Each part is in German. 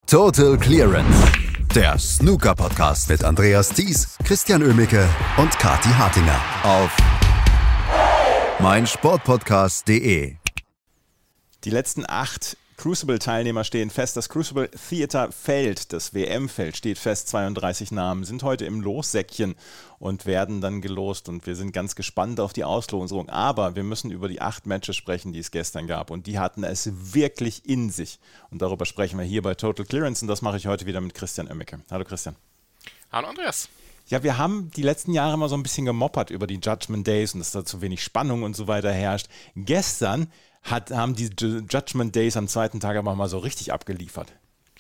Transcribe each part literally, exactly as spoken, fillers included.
Total Clearance, der Snooker-Podcast mit Andreas Thies, Christian Oemicke und Kathi Hartinger auf meinsportpodcast punkt de. Die letzten acht Crucible-Teilnehmer stehen fest. Das Crucible Theater-Feld, das W M-Feld, steht fest. zweiunddreißig Namen sind heute im Lossäckchen und werden dann gelost. Und wir sind ganz gespannt auf die Auslosung. Aber wir müssen über die acht Matches sprechen, die es gestern gab. Und die hatten es wirklich in sich. Und darüber sprechen wir hier bei Total Clearance. Und das mache ich heute wieder mit Christian Oemicke. Hallo Christian. Hallo Andreas. Ja, wir haben die letzten Jahre immer so ein bisschen gemoppert über die Judgment Days und dass da zu wenig Spannung und so weiter herrscht. Gestern Hat, haben die Judgment Days am zweiten Tag aber mal so richtig abgeliefert.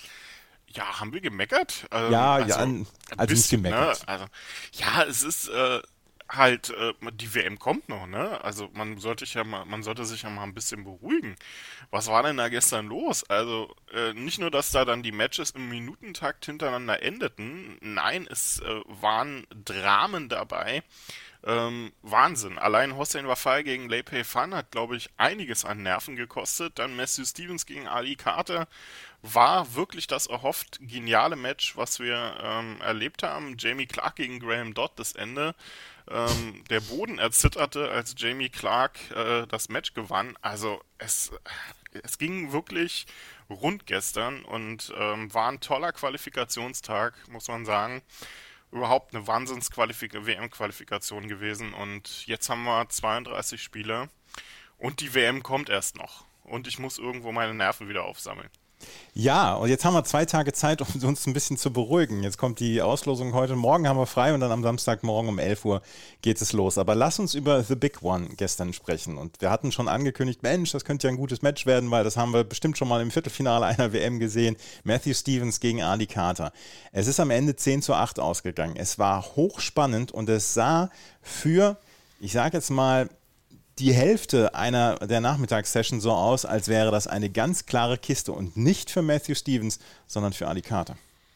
Ja, haben wir gemeckert? Ähm, ja, also, ja, also bisschen, nicht gemeckert. Ne? Also, ja, es ist äh, halt, äh, die W M kommt noch, ne? Also man sollte sich ja mal, man sollte sich ja mal ein bisschen beruhigen. Was war denn da gestern los? Also äh, nicht nur, dass da dann die Matches im Minutentakt hintereinander endeten, nein, es äh, waren Dramen dabei. Ähm, Wahnsinn. Allein Hossein Wafai gegen Lei Pei Fan hat, glaube ich, einiges an Nerven gekostet. Dann Matthew Stevens gegen Ali Carter war wirklich das erhofft geniale Match, was wir ähm, erlebt haben. Jamie Clark gegen Graham Dodd, das Ende. Ähm, der Boden erzitterte, als Jamie Clark äh, das Match gewann. Also es, es ging wirklich rund gestern und ähm, war ein toller Qualifikationstag, muss man sagen. Überhaupt eine Wahnsinns-W M-Qualifikation gewesen und jetzt haben wir zweiunddreißig Spieler und die W M kommt erst noch und ich muss irgendwo meine Nerven wieder aufsammeln. Ja, und jetzt haben wir zwei Tage Zeit, um uns ein bisschen zu beruhigen. Jetzt kommt die Auslosung heute, morgen haben wir frei und dann am Samstagmorgen um elf Uhr geht es los. Aber lass uns über The Big One gestern sprechen. Und wir hatten schon angekündigt, Mensch, das könnte ja ein gutes Match werden, weil das haben wir bestimmt schon mal im Viertelfinale einer W M gesehen. Matthew Stevens gegen Ali Carter. Es ist am Ende zehn zu acht ausgegangen. Es war hochspannend und es sah für, ich sage jetzt mal, die Hälfte einer der Nachmittagssession so aus, als wäre das eine ganz klare Kiste und nicht für Matthew Stevens, sondern für Ali Carter.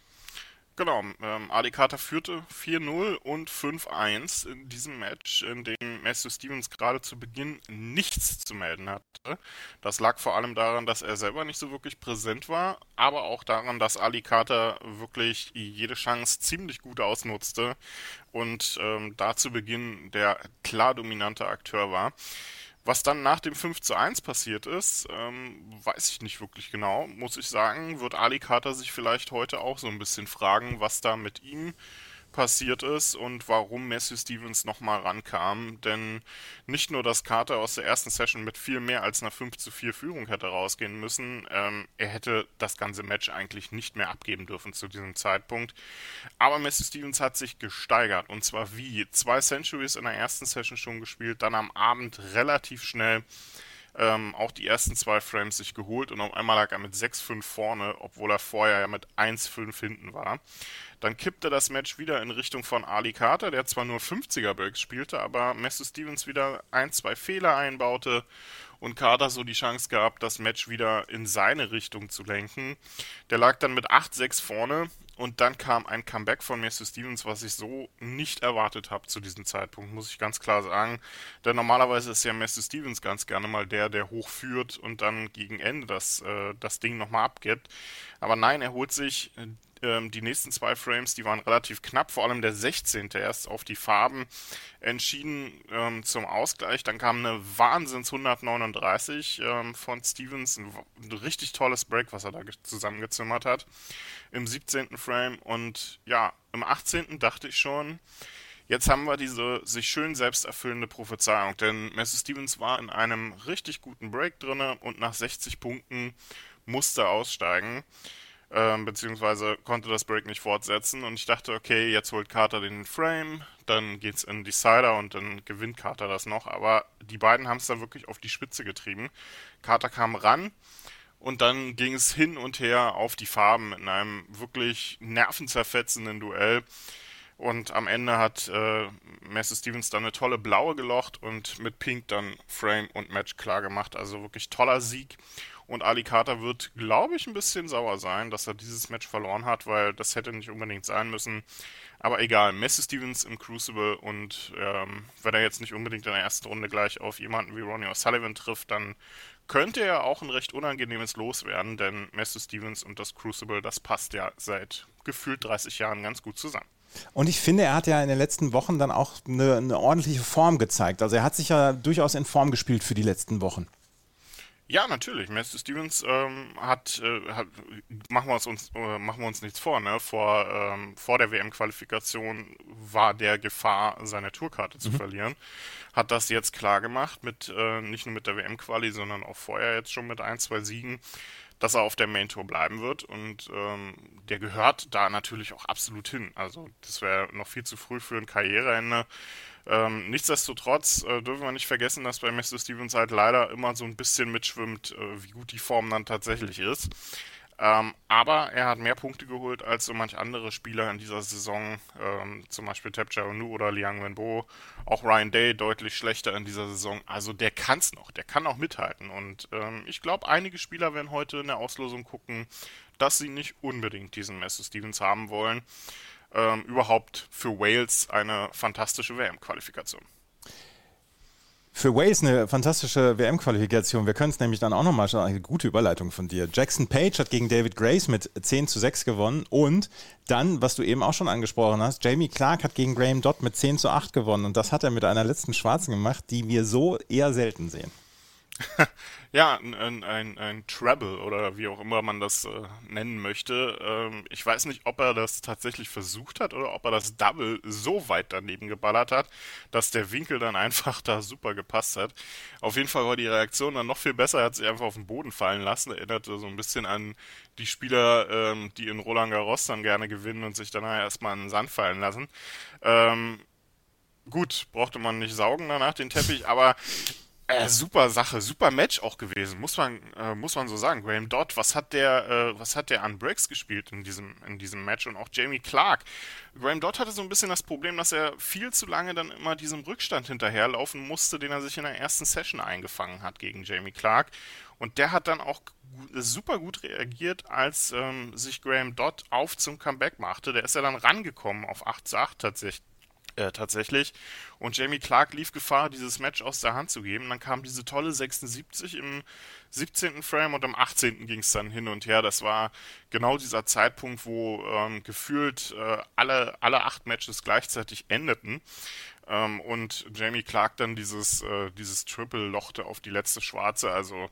Genau, ähm, Ali Carter führte vier null und fünf eins in diesem Match, in dem Matthew Stevens gerade zu Beginn nichts zu melden hatte. Das lag vor allem daran, dass er selber nicht so wirklich präsent war, aber auch daran, dass Ali Carter wirklich jede Chance ziemlich gut ausnutzte und ähm, da zu Beginn der klar dominante Akteur war. Was dann nach dem fünf zu eins passiert ist, ähm, weiß ich nicht wirklich genau, muss ich sagen. Wird Ali Carter sich vielleicht heute auch so ein bisschen fragen, was da mit ihm passiert ist und warum Matthew Stevens nochmal rankam. Denn nicht nur, dass Carter aus der ersten Session mit viel mehr als einer fünf zu vier Führung hätte rausgehen müssen, ähm, er hätte das ganze Match eigentlich nicht mehr abgeben dürfen zu diesem Zeitpunkt. Aber Matthew Stevens hat sich gesteigert und zwar wie? Zwei Centuries in der ersten Session schon gespielt, dann am Abend relativ schnell Ähm, auch die ersten zwei Frames sich geholt und auf einmal lag er mit sechs fünf vorne, obwohl er vorher ja mit eins fünf hinten war. Dann kippte das Match wieder in Richtung von Ali Carter, der zwar nur fünfziger Breaks spielte, aber Matthew Stevens wieder ein, zwei Fehler einbaute und Carter so die Chance gehabt, das Match wieder in seine Richtung zu lenken. Der lag dann mit acht sechs vorne und dann kam ein Comeback von Matthew Stevens, was ich so nicht erwartet habe zu diesem Zeitpunkt, muss ich ganz klar sagen. Denn normalerweise ist ja Matthew Stevens ganz gerne mal der, der hochführt und dann gegen Ende das, äh, das Ding nochmal abgibt. Aber nein, er holt sich ähm, die nächsten zwei Frames, die waren relativ knapp, vor allem der sechzehnte erst auf die Farben entschieden ähm, zum Ausgleich. Dann kam eine Wahnsinns hundertneununddreißig ähm, von Stevens, ein, ein richtig tolles Break, was er da zusammengezimmert hat im siebzehnten Frame und ja, im achtzehnten dachte ich schon, jetzt haben wir diese sich schön selbst erfüllende Prophezeiung, denn Matthew Stevens war in einem richtig guten Break drin und nach sechzig Punkten musste er aussteigen, ähm, beziehungsweise konnte das Break nicht fortsetzen und ich dachte, okay, jetzt holt Carter den Frame, dann geht's in Decider und dann gewinnt Carter das noch, aber die beiden haben es da wirklich auf die Spitze getrieben. Carter kam ran und dann ging es hin und her auf die Farben in einem wirklich nervenzerfetzenden Duell. Und am Ende hat äh, Messi Stevens dann eine tolle blaue gelocht und mit Pink dann Frame und Match klar gemacht. Also wirklich toller Sieg. Und Ali Carter wird, glaube ich, ein bisschen sauer sein, dass er dieses Match verloren hat, weil das hätte nicht unbedingt sein müssen. Aber egal, Messi Stevens im Crucible und ähm, wenn er jetzt nicht unbedingt in der ersten Runde gleich auf jemanden wie Ronnie O'Sullivan trifft, dann könnte er auch ein recht unangenehmes Los werden, denn Messi Stevens und das Crucible, das passt ja seit gefühlt dreißig Jahren ganz gut zusammen. Und ich finde, er hat ja in den letzten Wochen dann auch eine, eine ordentliche Form gezeigt. Also er hat sich ja durchaus in Form gespielt für die letzten Wochen. Ja, natürlich. Messi Stevens ähm, hat, äh, hat machen wir uns, äh, machen wir uns nichts vor, ne? Vor, ähm, vor der W M-Qualifikation war der Gefahr, seine Tourkarte zu mhm. verlieren. Hat das jetzt klar gemacht, mit, äh, nicht nur mit der W M-Quali, sondern auch vorher jetzt schon mit ein, zwei Siegen, dass er auf der Main Tour bleiben wird. Und ähm, der gehört da natürlich auch absolut hin. Also das wäre noch viel zu früh für ein Karriereende. Ähm, nichtsdestotrotz äh, dürfen wir nicht vergessen, dass bei Messi Stevens halt leider immer so ein bisschen mitschwimmt, äh, wie gut die Form dann tatsächlich ist. Ähm, aber er hat mehr Punkte geholt als so manch andere Spieler in dieser Saison, ähm, zum Beispiel Tapja Onu oder Liang Wenbo. Auch Ryan Day deutlich schlechter in dieser Saison. Also der kann's noch, der kann auch mithalten. Und ähm, ich glaube, einige Spieler werden heute in der Auslosung gucken, dass sie nicht unbedingt diesen Messi Stevens haben wollen. Ähm, überhaupt für Wales eine fantastische W M-Qualifikation. Für Wales eine fantastische W M-Qualifikation. Wir können es nämlich dann auch nochmal schauen. Eine gute Überleitung von dir. Jackson Page hat gegen David Grace mit zehn zu sechs gewonnen. Und dann, was du eben auch schon angesprochen hast, Jamie Clark hat gegen Graham Dodd mit zehn zu acht gewonnen. Und das hat er mit einer letzten Schwarzen gemacht, die wir so eher selten sehen. Ja, ein, ein, ein Treble oder wie auch immer man das äh, nennen möchte. Ähm, ich weiß nicht, ob er das tatsächlich versucht hat oder ob er das Double so weit daneben geballert hat, dass der Winkel dann einfach da super gepasst hat. Auf jeden Fall war die Reaktion dann noch viel besser. Er hat sich einfach auf den Boden fallen lassen. Erinnerte so ein bisschen an die Spieler, ähm, die in Roland Garros dann gerne gewinnen und sich dann erstmal in den Sand fallen lassen. Ähm, gut, brauchte man nicht saugen danach den Teppich, aber Äh, super Sache, super Match auch gewesen, muss man, äh, muss man so sagen. Graham Dodd, was hat der, äh, was hat der an Breaks gespielt in diesem, in diesem Match und auch Jamie Clark. Graham Dodd hatte so ein bisschen das Problem, dass er viel zu lange dann immer diesem Rückstand hinterherlaufen musste, den er sich in der ersten Session eingefangen hat gegen Jamie Clark. Und der hat dann auch super gut reagiert, als ähm, sich Graham Dodd auf zum Comeback machte. Der ist ja dann rangekommen auf acht zu acht tatsächlich. Äh, tatsächlich. Und Jamie Clark lief Gefahr, dieses Match aus der Hand zu geben. Dann kam diese tolle sechsundsiebzig im siebzehnten Frame und am achtzehnten ging es dann hin und her. Das war genau dieser Zeitpunkt, wo ähm, gefühlt äh, alle, alle acht Matches gleichzeitig endeten. Ähm, und Jamie Clark dann dieses, äh, dieses Triple lochte auf die letzte Schwarze. Also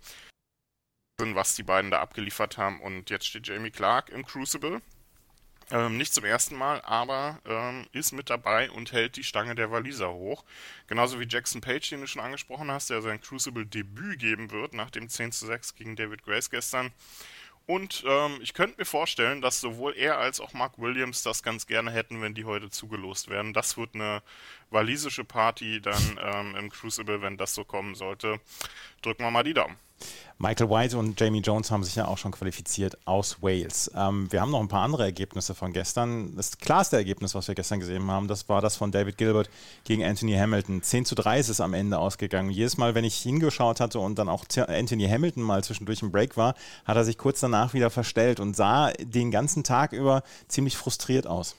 was die beiden da abgeliefert haben. Und jetzt steht Jamie Clark im Crucible. Ähm, nicht zum ersten Mal, aber ähm, ist mit dabei und hält die Stange der Waliser hoch. Genauso wie Jackson Page, den du schon angesprochen hast, der sein Crucible-Debüt geben wird nach dem zehn zu sechs gegen David Grace gestern. Und ähm, ich könnte mir vorstellen, dass sowohl er als auch Mark Williams das ganz gerne hätten, wenn die heute zugelost werden. Das wird eine walisische Party dann ähm, im Crucible, wenn das so kommen sollte. Drücken wir mal die Daumen. Michael White und Jamie Jones haben sich ja auch schon qualifiziert aus Wales. Ähm, wir haben noch ein paar andere Ergebnisse von gestern. Das klarste Ergebnis, was wir gestern gesehen haben, das war das von David Gilbert gegen Anthony Hamilton. zehn zu drei ist es am Ende ausgegangen. Jedes Mal, wenn ich hingeschaut hatte und dann auch Anthony Hamilton mal zwischendurch im Break war, hat er sich kurz danach wieder verstellt und sah den ganzen Tag über ziemlich frustriert aus.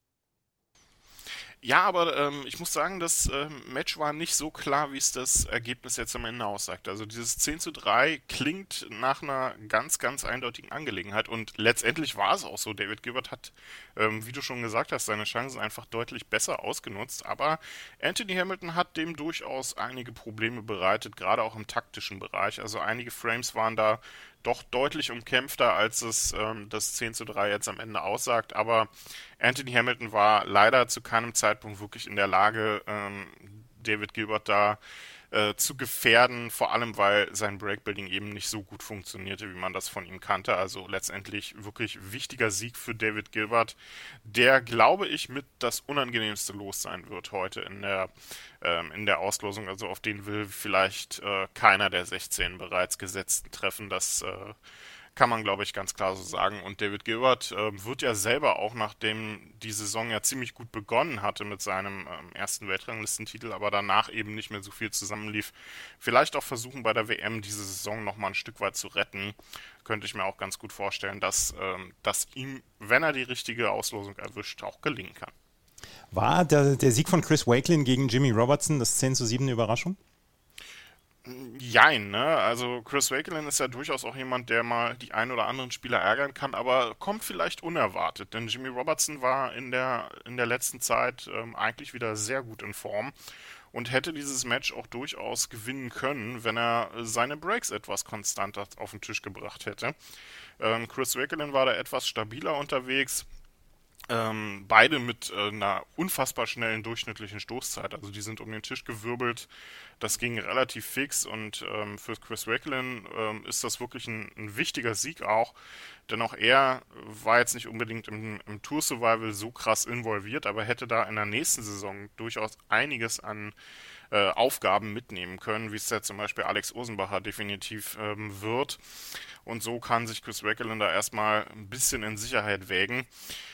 Ja, aber ähm, ich muss sagen, das ähm, Match war nicht so klar, wie es das Ergebnis jetzt am Ende aussagt. Also dieses zehn zu drei klingt nach einer ganz, ganz eindeutigen Angelegenheit und letztendlich war es auch so. David Gilbert hat, ähm, wie du schon gesagt hast, seine Chancen einfach deutlich besser ausgenutzt, aber Anthony Hamilton hat dem durchaus einige Probleme bereitet, gerade auch im taktischen Bereich. Also einige Frames waren da doch deutlich umkämpfter, als es ähm, das zehn zu drei jetzt am Ende aussagt, aber Anthony Hamilton war leider zu keinem Zeitpunkt wirklich in der Lage, ähm, David Gilbert da äh, zu gefährden, vor allem weil sein Breakbuilding eben nicht so gut funktionierte, wie man das von ihm kannte. Also letztendlich wirklich wichtiger Sieg für David Gilbert, der, glaube ich, mit das unangenehmste Los sein wird heute in der, ähm, in der Auslosung. Also auf den will vielleicht äh, keiner der sechzehn bereits Gesetzten treffen. Das äh, Kann man, glaube ich, ganz klar so sagen. Und David Gilbert äh, wird ja selber auch, nachdem die Saison ja ziemlich gut begonnen hatte mit seinem ähm, ersten Weltranglistentitel, aber danach eben nicht mehr so viel zusammenlief, vielleicht auch versuchen bei der W M diese Saison nochmal ein Stück weit zu retten. Könnte ich mir auch ganz gut vorstellen, dass ähm, das ihm, wenn er die richtige Auslosung erwischt, auch gelingen kann. War der, der Sieg von Chris Wakelin gegen Jimmy Robertson das zehn zu sieben eine Überraschung? Jein, ne? Also Chris Wakelin ist ja durchaus auch jemand, der mal die ein oder anderen Spieler ärgern kann, aber kommt vielleicht unerwartet, denn Jimmy Robertson war in der, in der letzten Zeit ähm, eigentlich wieder sehr gut in Form und hätte dieses Match auch durchaus gewinnen können, wenn er seine Breaks etwas konstanter auf den Tisch gebracht hätte. Ähm, Chris Wakelin war da etwas stabiler unterwegs. Ähm, beide mit äh, einer unfassbar schnellen durchschnittlichen Stoßzeit. Also die sind um den Tisch gewirbelt. Das ging relativ fix und ähm, für Chris Wakelin ähm, ist das wirklich ein, ein wichtiger Sieg auch. Denn auch er war jetzt nicht unbedingt im, im Tour Survival so krass involviert, aber hätte da in der nächsten Saison durchaus einiges an äh, Aufgaben mitnehmen können, wie es ja zum Beispiel Alex Osenbacher definitiv ähm, wird. Und so kann sich Chris Wakelin da erstmal ein bisschen in Sicherheit wägen.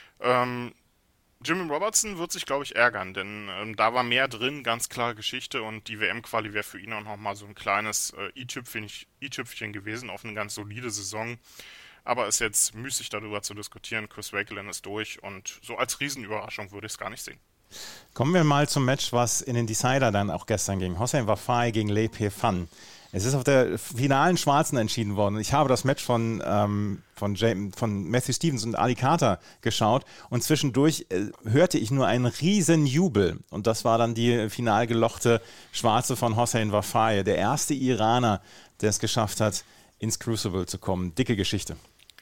Ähm, Jimmy Robertson wird sich, glaube ich, ärgern, denn ähm, da war mehr drin, ganz klare Geschichte und die W M-Quali wäre für ihn auch nochmal so ein kleines äh, i-Tüpfchen, i-Tüpfchen gewesen auf eine ganz solide Saison. Aber ist jetzt müßig darüber zu diskutieren. Chris Wakelin ist durch und so als Riesenüberraschung würde ich es gar nicht sehen. Kommen wir mal zum Match, was in den Decider dann auch gestern ging. Hossein Wafai gegen Lei Pei-Fan. Es ist auf der finalen Schwarzen entschieden worden. Ich habe das Match von, ähm, von, James, von Matthew Stevens und Ali Carter geschaut und zwischendurch äh, hörte ich nur einen riesen Jubel. Und das war dann die final gelochte Schwarze von Hossein Wafai, der erste Iraner, der es geschafft hat, ins Crucible zu kommen. Dicke Geschichte.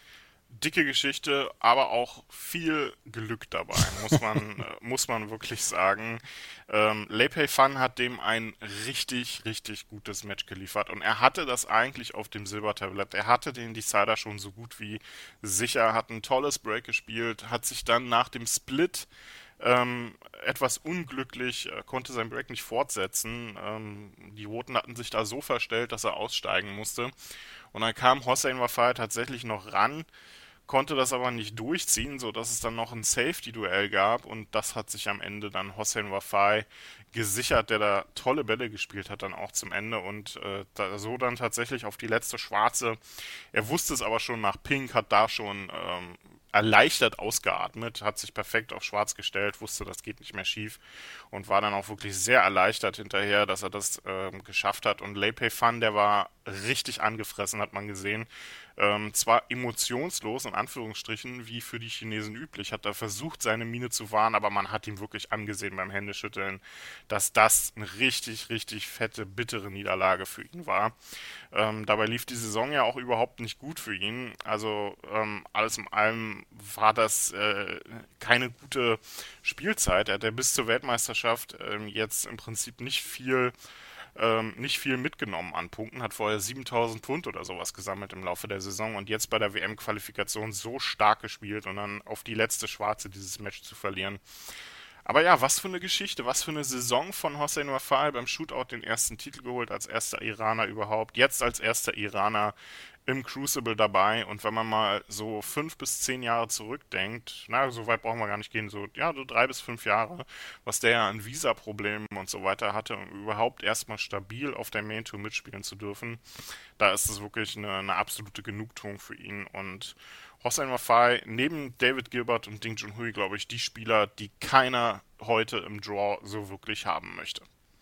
Dicke Geschichte, aber auch viel Glück dabei, muss man, äh, muss man wirklich sagen. Ähm, Lei Pei-Fan hat dem ein richtig, richtig gutes Match geliefert und er hatte das eigentlich auf dem Silbertablett. Er hatte den Decider schon so gut wie sicher, hat ein tolles Break gespielt, hat sich dann nach dem Split ähm, etwas unglücklich, äh, konnte sein Break nicht fortsetzen. Ähm, die Roten hatten sich da so verstellt, dass er aussteigen musste. Und dann kam Hossein Wafai tatsächlich noch ran, konnte das aber nicht durchziehen, sodass es dann noch ein Safety-Duell gab und das hat sich am Ende dann Hossein Wafai gesichert, der da tolle Bälle gespielt hat dann auch zum Ende und äh, da, so dann tatsächlich auf die letzte Schwarze. Er wusste es aber schon nach Pink, hat da schon ähm, erleichtert ausgeatmet, hat sich perfekt auf Schwarz gestellt, wusste, das geht nicht mehr schief und war dann auch wirklich sehr erleichtert hinterher, dass er das ähm, geschafft hat. Und Lei Pei-Fan, der war richtig angefressen, hat man gesehen. Ähm, zwar emotionslos, in Anführungsstrichen, wie für die Chinesen üblich, hat er versucht, seine Miene zu wahren, aber man hat ihm wirklich angesehen beim Händeschütteln, dass das eine richtig, richtig fette, bittere Niederlage für ihn war. Ähm, dabei lief die Saison ja auch überhaupt nicht gut für ihn. Also ähm, alles in allem war das äh, keine gute Spielzeit. Er hat ja bis zur Weltmeisterschaft ähm, jetzt im Prinzip nicht viel ähm, nicht viel mitgenommen an Punkten, hat vorher siebentausend Pfund oder sowas gesammelt im Laufe der Saison und jetzt bei der W M-Qualifikation so stark gespielt und dann auf die letzte Schwarze dieses Match zu verlieren. Aber ja, was für eine Geschichte, was für eine Saison von Hossein Wafai, beim Shootout den ersten Titel geholt, als erster Iraner überhaupt, jetzt als erster Iraner im Crucible dabei und wenn man mal so fünf bis zehn Jahre zurückdenkt, na, so weit brauchen wir gar nicht gehen, so, ja, so drei bis fünf Jahre, was der ja an Visa-Problemen und so weiter hatte, um überhaupt erstmal stabil auf der Main Tour mitspielen zu dürfen, da ist es wirklich eine, eine absolute Genugtuung für ihn und Hossein Wafai, neben David Gilbert und Ding Junhui, glaube ich, die Spieler, die keiner heute im Draw so wirklich haben möchte.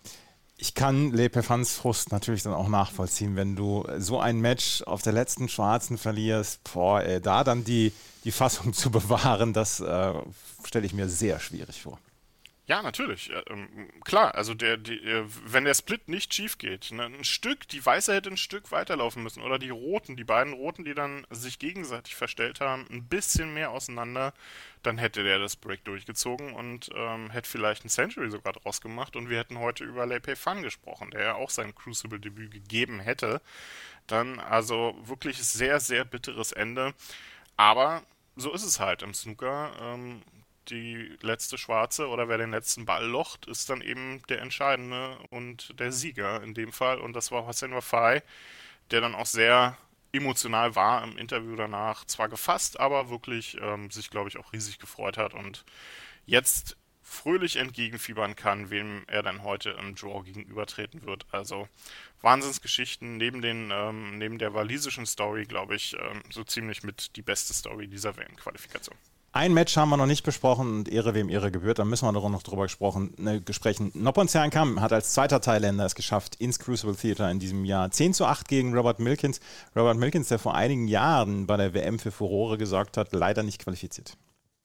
Ich kann Lei Pei-Fans Frust natürlich dann auch nachvollziehen, wenn du so ein Match auf der letzten Schwarzen verlierst, boah, ey, da dann die, die Fassung zu bewahren, das äh, stelle ich mir sehr schwierig vor. Ja, natürlich. Ähm, klar, also der, die, wenn der Split nicht schief geht, ne, ein Stück, die Weiße hätte ein Stück weiterlaufen müssen oder die Roten, die beiden Roten, die dann sich gegenseitig verstellt haben, ein bisschen mehr auseinander, dann hätte der das Break durchgezogen und ähm, hätte vielleicht ein Century sogar draus gemacht und wir hätten heute über Lei Pei-Fan gesprochen, der ja auch sein Crucible-Debüt gegeben hätte. Dann also wirklich sehr, sehr bitteres Ende. Aber so ist es halt im Snooker. Ähm, die letzte Schwarze oder wer den letzten Ball locht, ist dann eben der Entscheidende und der Sieger in dem Fall. Und das war Hossein Wafai, der dann auch sehr emotional war im Interview danach, zwar gefasst, aber wirklich ähm, sich, glaube ich, auch riesig gefreut hat und jetzt fröhlich entgegenfiebern kann, wem er dann heute im Draw gegenübertreten wird. Also Wahnsinnsgeschichten, neben den ähm, neben der walisischen Story, glaube ich, ähm, so ziemlich mit die beste Story dieser W M-Qualifikation. Ein Match haben wir noch nicht besprochen und Ehre wem Ehre gebührt, da müssen wir noch drüber gesprochen, ne, gesprochen. Noppon Seonkam hat als zweiter Thailänder es geschafft, ins Crucible Theater in diesem Jahr zehn zu acht gegen Robert Milkins. Robert Milkins, der vor einigen Jahren bei der W M für Furore gesorgt hat, leider nicht qualifiziert.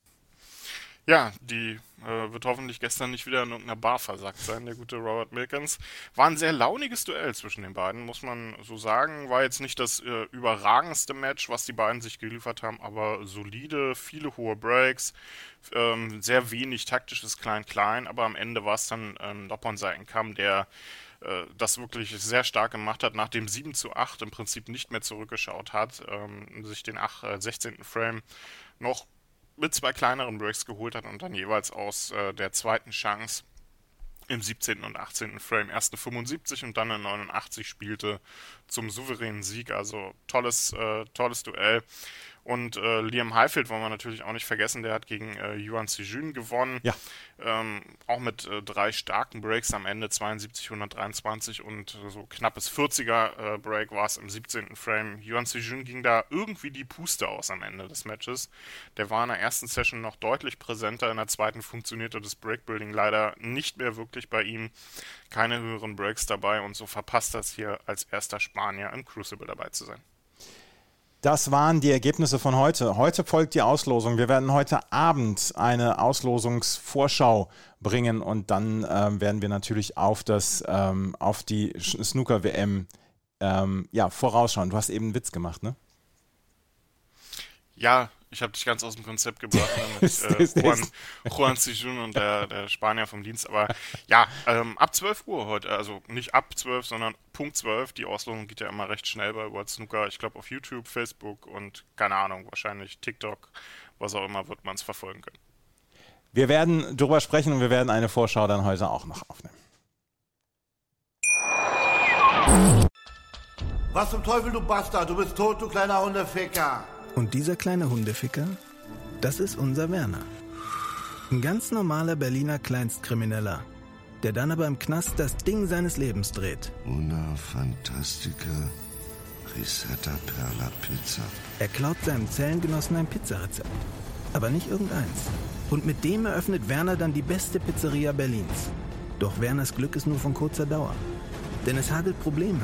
Ja, die äh, wird hoffentlich gestern nicht wieder in irgendeiner Bar versackt sein, der gute Robert Milkins. War ein sehr launiges Duell zwischen den beiden, muss man so sagen. War jetzt nicht das äh, überragendste Match, was die beiden sich geliefert haben, aber solide, viele hohe Breaks, ähm, sehr wenig taktisches Klein-Klein, aber am Ende war es dann ähm, Noppon Seonkam, der äh, das wirklich sehr stark gemacht hat, nach dem sieben zu acht im Prinzip nicht mehr zurückgeschaut hat, ähm, sich den ach, äh, sechzehnten Frame noch mit zwei kleineren Breaks geholt hat und dann jeweils aus äh, der zweiten Chance im siebzehnten und achtzehnten Frame erst eine fünfundsiebzig und dann eine neunundachtzig spielte zum souveränen Sieg. Also tolles, äh, tolles Duell. Und äh, Liam Highfield wollen wir natürlich auch nicht vergessen, der hat gegen äh, Yuan Sijun gewonnen. Ja. Ähm, auch mit äh, drei starken Breaks am Ende, zweiundsiebzig, hundertdreiundzwanzig und äh, so knappes vierziger äh, Break war es im siebzehnten Frame. Yuan Sijun ging da irgendwie die Puste aus am Ende des Matches. Der war in der ersten Session noch deutlich präsenter, in der zweiten funktionierte das Breakbuilding leider nicht mehr wirklich bei ihm. Keine höheren Breaks dabei und so verpasst das hier als erster Spanier im Crucible dabei zu sein. Das waren die Ergebnisse von heute. Heute folgt die Auslosung. Wir werden heute Abend eine Auslosungsvorschau bringen und dann ähm, werden wir natürlich auf, das, ähm, auf die Snooker-W M ähm, ja, vorausschauen. Du hast eben einen Witz gemacht, ne? Ja, ich habe dich ganz aus dem Konzept gebracht, ne, mit äh, Juan, Juan Sijun und der, der Spanier vom Dienst. Aber ja, ähm, ab zwölf Uhr heute, also nicht ab zwölf, sondern Punkt zwölf. Die Auslosung geht ja immer recht schnell bei World Snooker. Ich glaube auf YouTube, Facebook und keine Ahnung, wahrscheinlich TikTok, was auch immer, wird man es verfolgen können. Wir werden drüber sprechen und wir werden eine Vorschau dann heute auch noch aufnehmen. Was zum Teufel, du Bastard? Du bist tot, du kleiner Hundeficker. Und dieser kleine Hundeficker, das ist unser Werner. Ein ganz normaler Berliner Kleinstkrimineller, der dann aber im Knast das Ding seines Lebens dreht. Una fantastica risetta per la pizza. Er klaut seinem Zellengenossen ein Pizzarezept, aber nicht irgendeins. Und mit dem eröffnet Werner dann die beste Pizzeria Berlins. Doch Werners Glück ist nur von kurzer Dauer, denn es hagelt Probleme.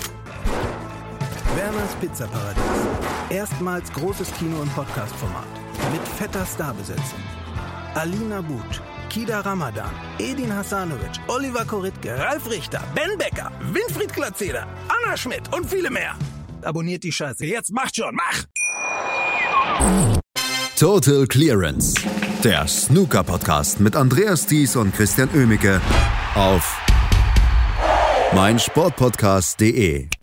Werners Pizzaparadies. Erstmals großes Kino- und Podcast-Format. Mit fetter Starbesetzung. Alina But, Kida Ramadan, Edin Hasanovic, Oliver Koritke, Ralf Richter, Ben Becker, Winfried Glatzeder, Anna Schmidt und viele mehr. Abonniert die Scheiße. Jetzt macht schon, mach! Total Clearance. Der Snooker-Podcast mit Andreas Thies und Christian Oemicke auf meinsportpodcast punkt de.